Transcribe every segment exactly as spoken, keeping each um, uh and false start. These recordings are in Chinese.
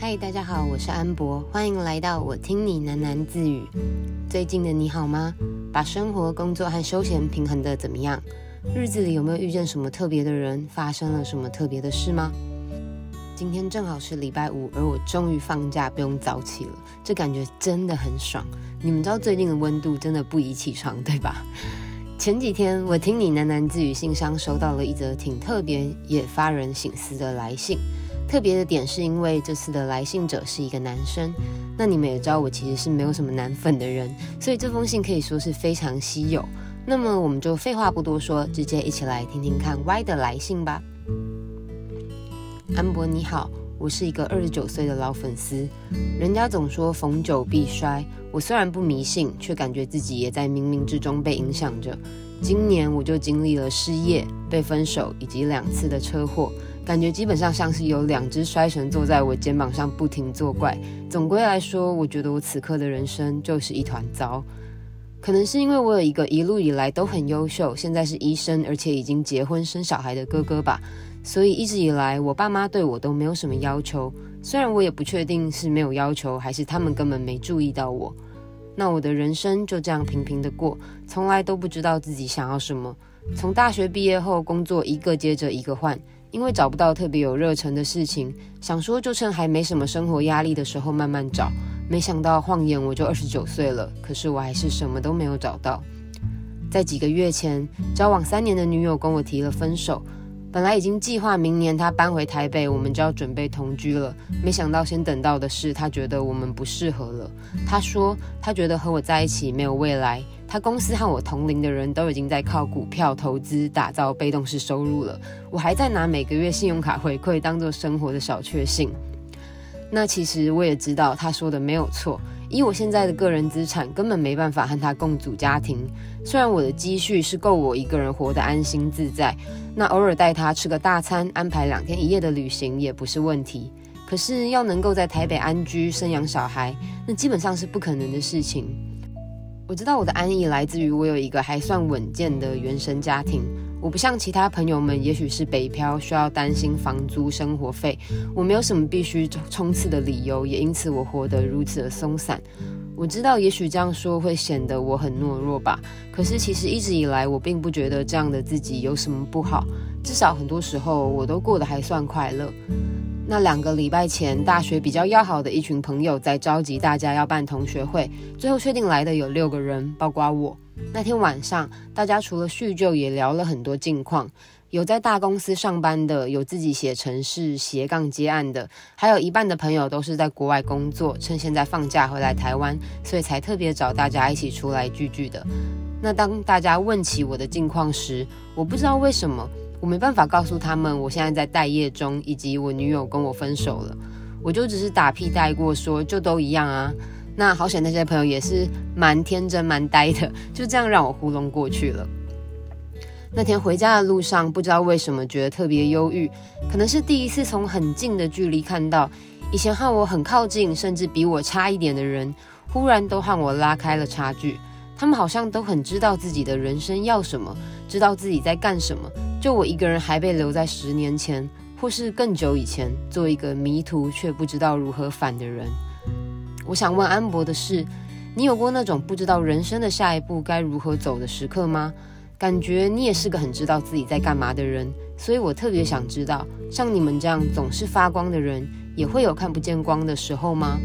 嗨，大家好，我是安博，欢迎来到我听你喃喃自语。最近的你好吗？把生活、工作和休闲平衡的怎么样？日子里有没有遇见什么特别的人？发生了什么特别的事吗？今天正好是礼拜五，而我终于放假，不用早起了，这感觉真的很爽。你们知道最近的温度真的不宜起床，对吧？前几天我听你喃喃自语信箱收到了一则挺特别也发人省思的来信。特别的点是因为这次的来信者是一个男生，那你们也知道我其实是没有什么男粉的人，所以这封信可以说是非常稀有。那么我们就废话不多说，直接一起来听听看 Y 的来信吧。安博你好，我是一个二十九岁的老粉丝。人家总说逢久必衰，我虽然不迷信，却感觉自己也在冥冥之中被影响着。今年我就经历了失业、被分手以及两次的车祸，感觉基本上像是有两只衰神坐在我肩膀上不停作怪。总归来说，我觉得我此刻的人生就是一团糟。可能是因为我有一个一路以来都很优秀，现在是医生，而且已经结婚生小孩的哥哥吧，所以一直以来我爸妈对我都没有什么要求。虽然我也不确定是没有要求，还是他们根本没注意到我。那我的人生就这样平平的过，从来都不知道自己想要什么。从大学毕业后，工作一个接着一个换，因为找不到特别有热忱的事情，想说就趁还没什么生活压力的时候慢慢找。没想到晃眼我就二十九岁了，可是我还是什么都没有找到。在几个月前，交往三年的女友跟我提了分手，本来已经计划明年她搬回台北，我们就要准备同居了。没想到先等到的是，她觉得我们不适合了。她说她觉得和我在一起没有未来，她公司和我同龄的人都已经在靠股票投资打造被动式收入了，我还在拿每个月信用卡回馈当做生活的小确幸。那其实我也知道她说的没有错，以我现在的个人资产根本没办法和她共组家庭。虽然我的积蓄是够我一个人活得安心自在，那偶尔带她吃个大餐，安排两天一夜的旅行也不是问题。可是要能够在台北安居生养小孩，那基本上是不可能的事情。我知道我的安逸来自于我有一个还算稳健的原生家庭，我不像其他朋友们也许是北漂，需要担心房租生活费，我没有什么必须冲刺的理由，也因此我活得如此的松散。我知道也许这样说会显得我很懦弱吧，可是其实一直以来我并不觉得这样的自己有什么不好，至少很多时候我都过得还算快乐。那两个礼拜前，大学比较要好的一群朋友在召集大家要办同学会，最后确定来的有六个人，包括我。那天晚上，大家除了叙旧，也聊了很多近况。有在大公司上班的，有自己写程式斜杠接案的，还有一半的朋友都是在国外工作，趁现在放假回来台湾，所以才特别找大家一起出来聚聚的。那当大家问起我的近况时，我不知道为什么我没办法告诉他们我现在在待业中，以及我女友跟我分手了，我就只是打屁带过说就都一样啊。那好险那些朋友也是蛮天真蛮呆的，就这样让我糊弄过去了。那天回家的路上，不知道为什么觉得特别忧郁，可能是第一次从很近的距离看到以前和我很靠近甚至比我差一点的人，忽然都和我拉开了差距。他们好像都很知道自己的人生要什么，知道自己在干什么，就我一个人还被留在十年前或是更久以前，做一个迷途却不知道如何返的人。我想问安博的是，你有过那种不知道人生的下一步该如何走的时刻吗？感觉你也是个很知道自己在干嘛的人，所以我特别想知道，像你们这样总是发光的人，也会有看不见光的时候吗？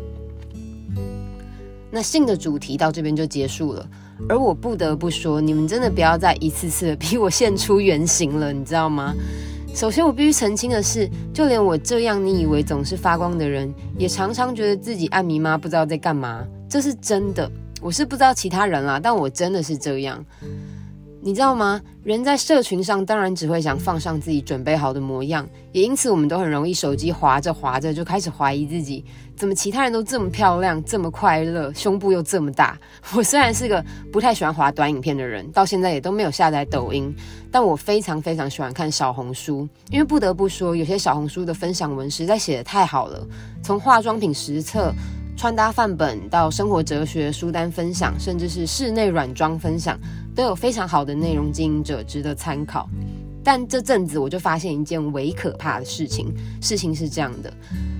那信的主题到这边就结束了，而我不得不说，你们真的不要再一次次的逼我现出原形了，你知道吗？首先我必须澄清的是，就连我这样你以为总是发光的人，也常常觉得自己暗迷妈不知道在干嘛，这是真的。我是不知道其他人啦，但我真的是这样。你知道吗？人在社群上当然只会想放上自己准备好的模样，也因此我们都很容易手机滑着滑着就开始怀疑自己，怎么其他人都这么漂亮这么快乐，胸部又这么大。我虽然是个不太喜欢滑短影片的人，到现在也都没有下载抖音，但我非常非常喜欢看小红书，因为不得不说有些小红书的分享文实在写得太好了，从化妆品实测、穿搭范本到生活哲学书单分享，甚至是室内软装分享，都有非常好的内容经营者值得参考。但这阵子我就发现一件微可怕的事情，事情是这样的，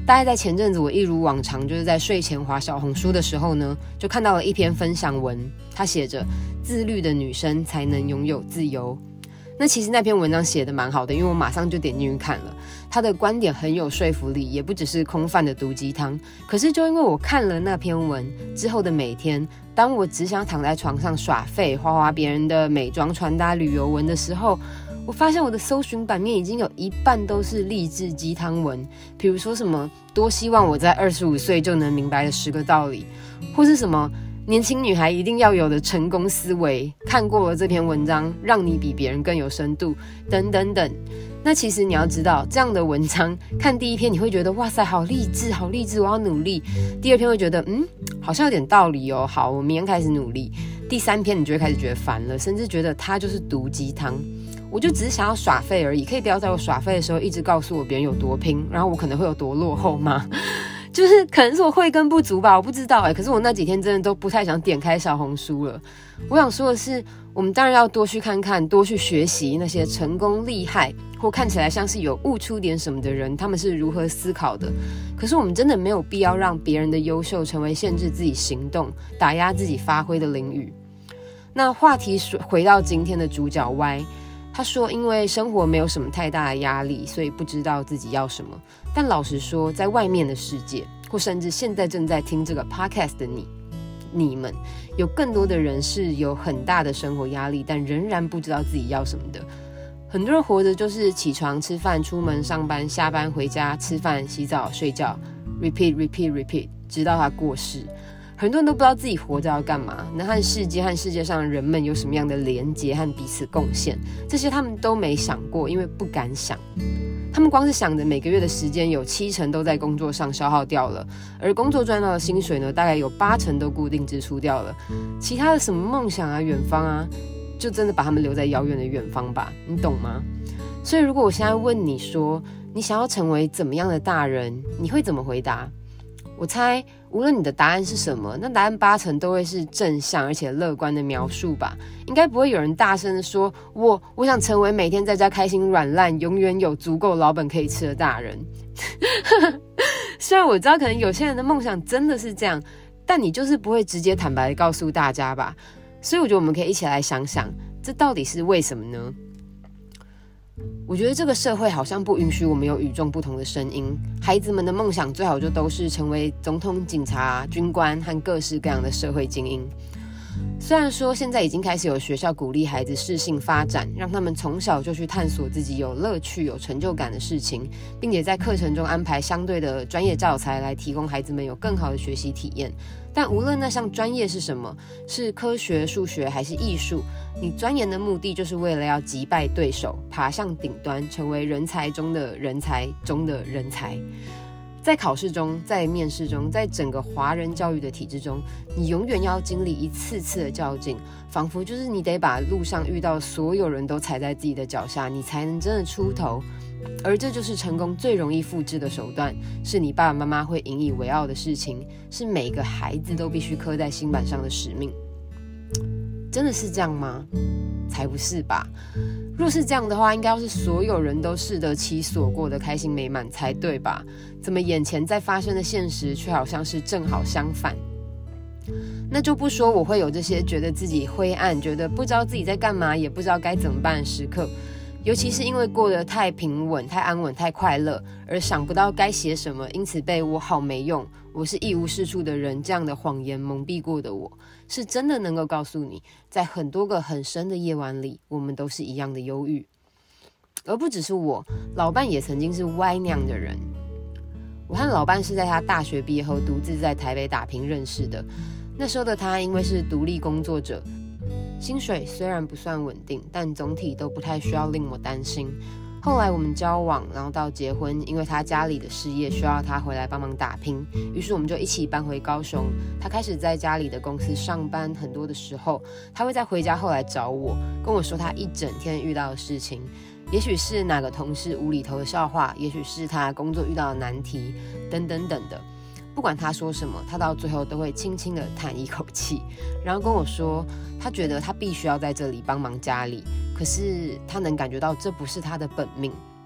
大概在前阵子，我一如往常就是在睡前滑小红书的时候呢，就看到了一篇分享文，它写着自律的女生才能拥有自由。那其实那篇文章写的蛮好的，因为我马上就点进去看了，他的观点很有说服力，也不只是空泛的毒鸡汤。可是就因为我看了那篇文之后的每天，当我只想躺在床上耍废，滑滑别人的美妆穿搭旅游文的时候，我发现我的搜寻版面已经有一半都是励志鸡汤文，比如说什么多希望我在二十五岁就能明白的十个道理，或是什么年轻女孩一定要有的成功思维，看过了这篇文章让你比别人更有深度，等等等。那其实你要知道，这样的文章看第一篇你会觉得哇塞好励志好励志，我要努力。第二篇会觉得嗯好像有点道理哦，好我明天开始努力。第三篇你就会开始觉得烦了，甚至觉得它就是毒鸡汤。我就只是想要耍废而已，可以不要在我耍废的时候一直告诉我别人有多拼，然后我可能会有多落后吗？就是可能是我慧根不足吧，我不知道哎、欸。可是我那几天真的都不太想点开小红书了。我想说的是，我们当然要多去看看，多去学习那些成功厉害或看起来像是有悟出点什么的人，他们是如何思考的。可是我们真的没有必要让别人的优秀成为限制自己行动、打压自己发挥的领域。那话题回到今天的主角 Y。他说因为生活没有什么太大的压力，所以不知道自己要什么。但老实说，在外面的世界，或甚至现在正在听这个 podcast 的你你们，有更多的人是有很大的生活压力，但仍然不知道自己要什么的。很多人活着就是起床吃饭出门上班下班回家吃饭洗澡睡觉 repeat repeat repeat 直到他过世。很多人都不知道自己活着要干嘛，那和世界和世界上的人们有什么样的连结和彼此贡献，这些他们都没想过，因为不敢想。他们光是想着每个月的时间有七成都在工作上消耗掉了，而工作赚到的薪水呢，大概有八成都固定支出掉了，其他的什么梦想啊远方啊，就真的把他们留在遥远的远方吧，你懂吗？所以如果我现在问你说你想要成为怎么样的大人，你会怎么回答？我猜无论你的答案是什么，那答案八成都会是正向而且乐观的描述吧。应该不会有人大声的说我我想成为每天在家开心软烂永远有足够老本可以吃的大人。虽然我知道可能有些人的梦想真的是这样，但你就是不会直接坦白的告诉大家吧。所以我觉得我们可以一起来想想，这到底是为什么呢？我觉得这个社会好像不允许我们有与众不同的声音，孩子们的梦想最好就都是成为总统、警察、军官和各式各样的社会精英。虽然说现在已经开始有学校鼓励孩子适性发展，让他们从小就去探索自己有乐趣、有成就感的事情，并且在课程中安排相对的专业教材来提供孩子们有更好的学习体验。但无论那项专业是什么，是科学、数学还是艺术，你钻研的目的就是为了要击败对手，爬向顶端，成为人才中的人才中的人才。在考试中，在面试中，在整个华人教育的体制中，你永远要经历一次次的较劲，仿佛就是你得把路上遇到所有人都踩在自己的脚下，你才能真的出头。而这就是成功最容易复制的手段，是你爸爸妈妈会引以为傲的事情，是每个孩子都必须刻在心板上的使命。真的是这样吗？才不是吧。若是这样的话，应该要是所有人都适得其所，过得开心美满才对吧？怎么眼前在发生的现实却好像是正好相反？那就不说我会有这些觉得自己灰暗，觉得不知道自己在干嘛，也不知道该怎么办的时刻，尤其是因为过得太平稳、太安稳、太快乐，而想不到该写什么，因此被我好没用，我是一无是处的人这样的谎言蒙蔽过的我，是真的能够告诉你，在很多个很深的夜晚里，我们都是一样的忧郁。而不只是我，老伴也曾经是歪那样的人。我和老伴是在他大学毕业后独自在台北打拼认识的。那时候的他因为是独立工作者，薪水虽然不算稳定，但总体都不太需要令我担心。后来我们交往，然后到结婚，因为他家里的事业需要他回来帮忙打拼，于是我们就一起搬回高雄。他开始在家里的公司上班，很多的时候他会在回家后来找我，跟我说他一整天遇到的事情，也许是哪个同事无厘头的笑话，也许是他工作遇到的难题，等等等的。不管他说什么，他到最后都会轻轻的叹一口气，然后跟我说他觉得他必须要在这里帮忙家里，可是他能感觉到这不是他的本命。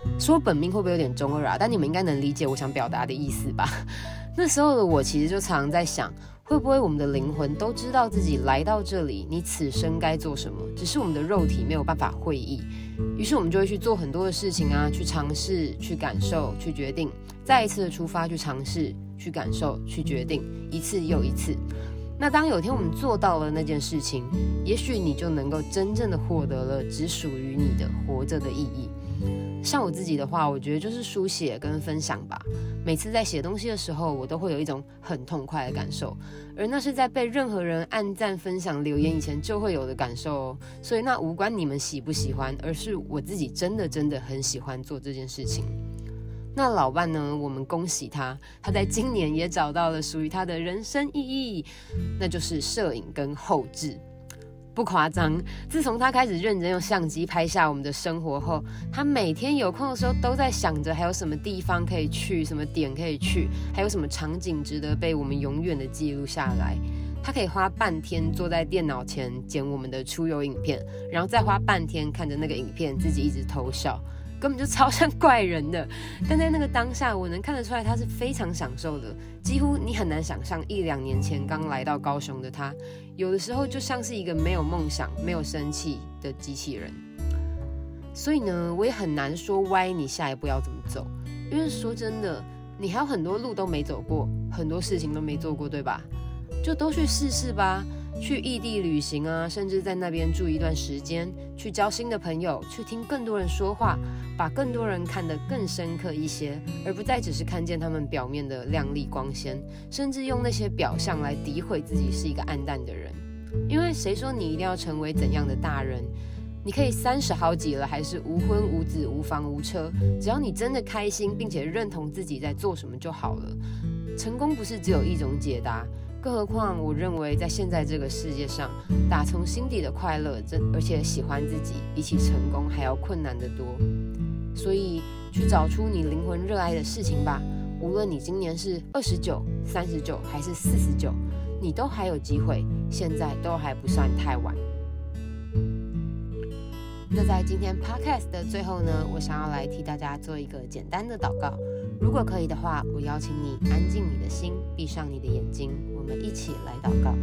说本命会不会有点中二啊？但你们应该能理解我想表达的意思吧？那时候的我其实就常常在想，会不会我们的灵魂都知道自己来到这里，你此生该做什么，只是我们的肉体没有办法会意。于是我们就会去做很多的事情啊，去尝试，去感受，去决定，再一次的出发，去尝试，去感受，去决定，一次又一次。那当有一天我们做到了那件事情，也许你就能够真正的获得了只属于你的活着的意义。像我自己的话，我觉得就是书写跟分享吧。每次在写东西的时候，我都会有一种很痛快的感受，而那是在被任何人按赞、分享、留言以前就会有的感受哦。所以那无关你们喜不喜欢，而是我自己真的真的很喜欢做这件事情。那老伴呢，我们恭喜他，他在今年也找到了属于他的人生意义，那就是摄影跟后制。不夸张，自从他开始认真用相机拍下我们的生活后，他每天有空的时候都在想着还有什么地方可以去，什么点可以去，还有什么场景值得被我们永远的记录下来。他可以花半天坐在电脑前剪我们的出游影片，然后再花半天看着那个影片自己一直偷笑，根本就超像怪人的。但在那个当下，我能看得出来他是非常享受的，几乎你很难想象一两年前刚来到高雄的他，有的时候就像是一个没有梦想、没有生气的机器人。所以呢，我也很难说歪你下一步要怎么走，因为说真的，你还有很多路都没走过，很多事情都没做过，对吧？就都去试试吧。去异地旅行啊，甚至在那边住一段时间，去交新的朋友，去听更多人说话，把更多人看得更深刻一些，而不再只是看见他们表面的亮丽光鲜，甚至用那些表象来诋毁自己是一个暗淡的人。因为谁说你一定要成为怎样的大人？你可以三十好几了，还是无婚无子无房无车，只要你真的开心，并且认同自己在做什么就好了。成功不是只有一种解答。更何况，我认为在现在这个世界上，打从心底的快乐，而且喜欢自己，比起成功还要困难得多。所以，去找出你灵魂热爱的事情吧。无论你今年是二十九、三十九还是四十九，你都还有机会，现在都还不算太晚。那在今天 podcast 的最后呢，我想要来替大家做一个简单的祷告。如果可以的话，我邀请你安静你的心，闭上你的眼睛，我们一起来祷告。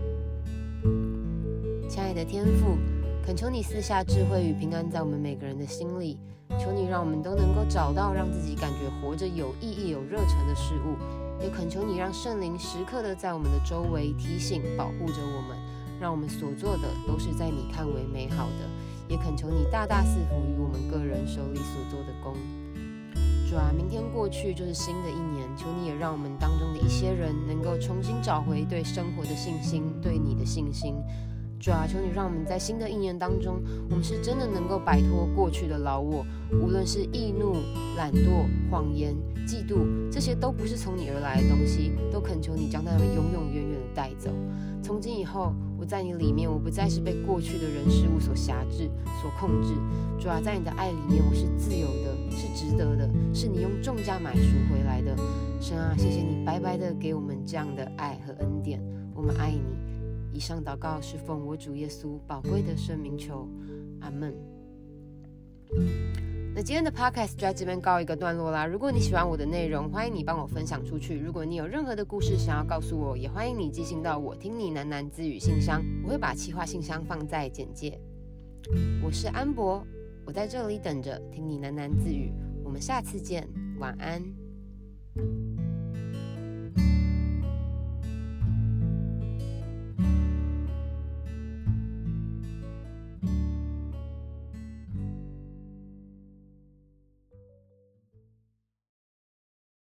亲爱的天父，恳求你赐下智慧与平安在我们每个人的心里，求你让我们都能够找到让自己感觉活着有意义、有热忱的事物，也恳求你让圣灵时刻的在我们的周围提醒、保护着我们，让我们所做的都是在你看为美好的，也恳求你大大赐福于我们个人手里所做的工。主啊，明天过去就是新的一年，求你也让我们当中的一些人能够重新找回对生活的信心，对你的信心。主啊，求你让我们在新的一年当中，我们是真的能够摆脱过去的老我，无论是易怒、懒惰、谎言、嫉妒，这些都不是从你而来的东西，都恳求你将它们永永远远的带走。从今以后，我在你里面，我不再是被过去的人事物所辖制、所控制。主啊，在你的爱里面，我是自由的，是值得的，是你用重价买赎回来的。神啊，谢谢你白白的给我们这样的爱和恩典，我们爱你。以上祷告是奉我主耶稣宝贵的圣名求，阿们。那今天的 podcast 就在这边告一个段落啦。如果你喜欢我的内容，欢迎你帮我分享出去。如果你有任何的故事想要告诉我，也欢迎你寄信到我听你喃喃自语信箱，我会把企划信箱放在简介。我是安博，我在这里等着听你喃喃自语。我们下次见，晚安。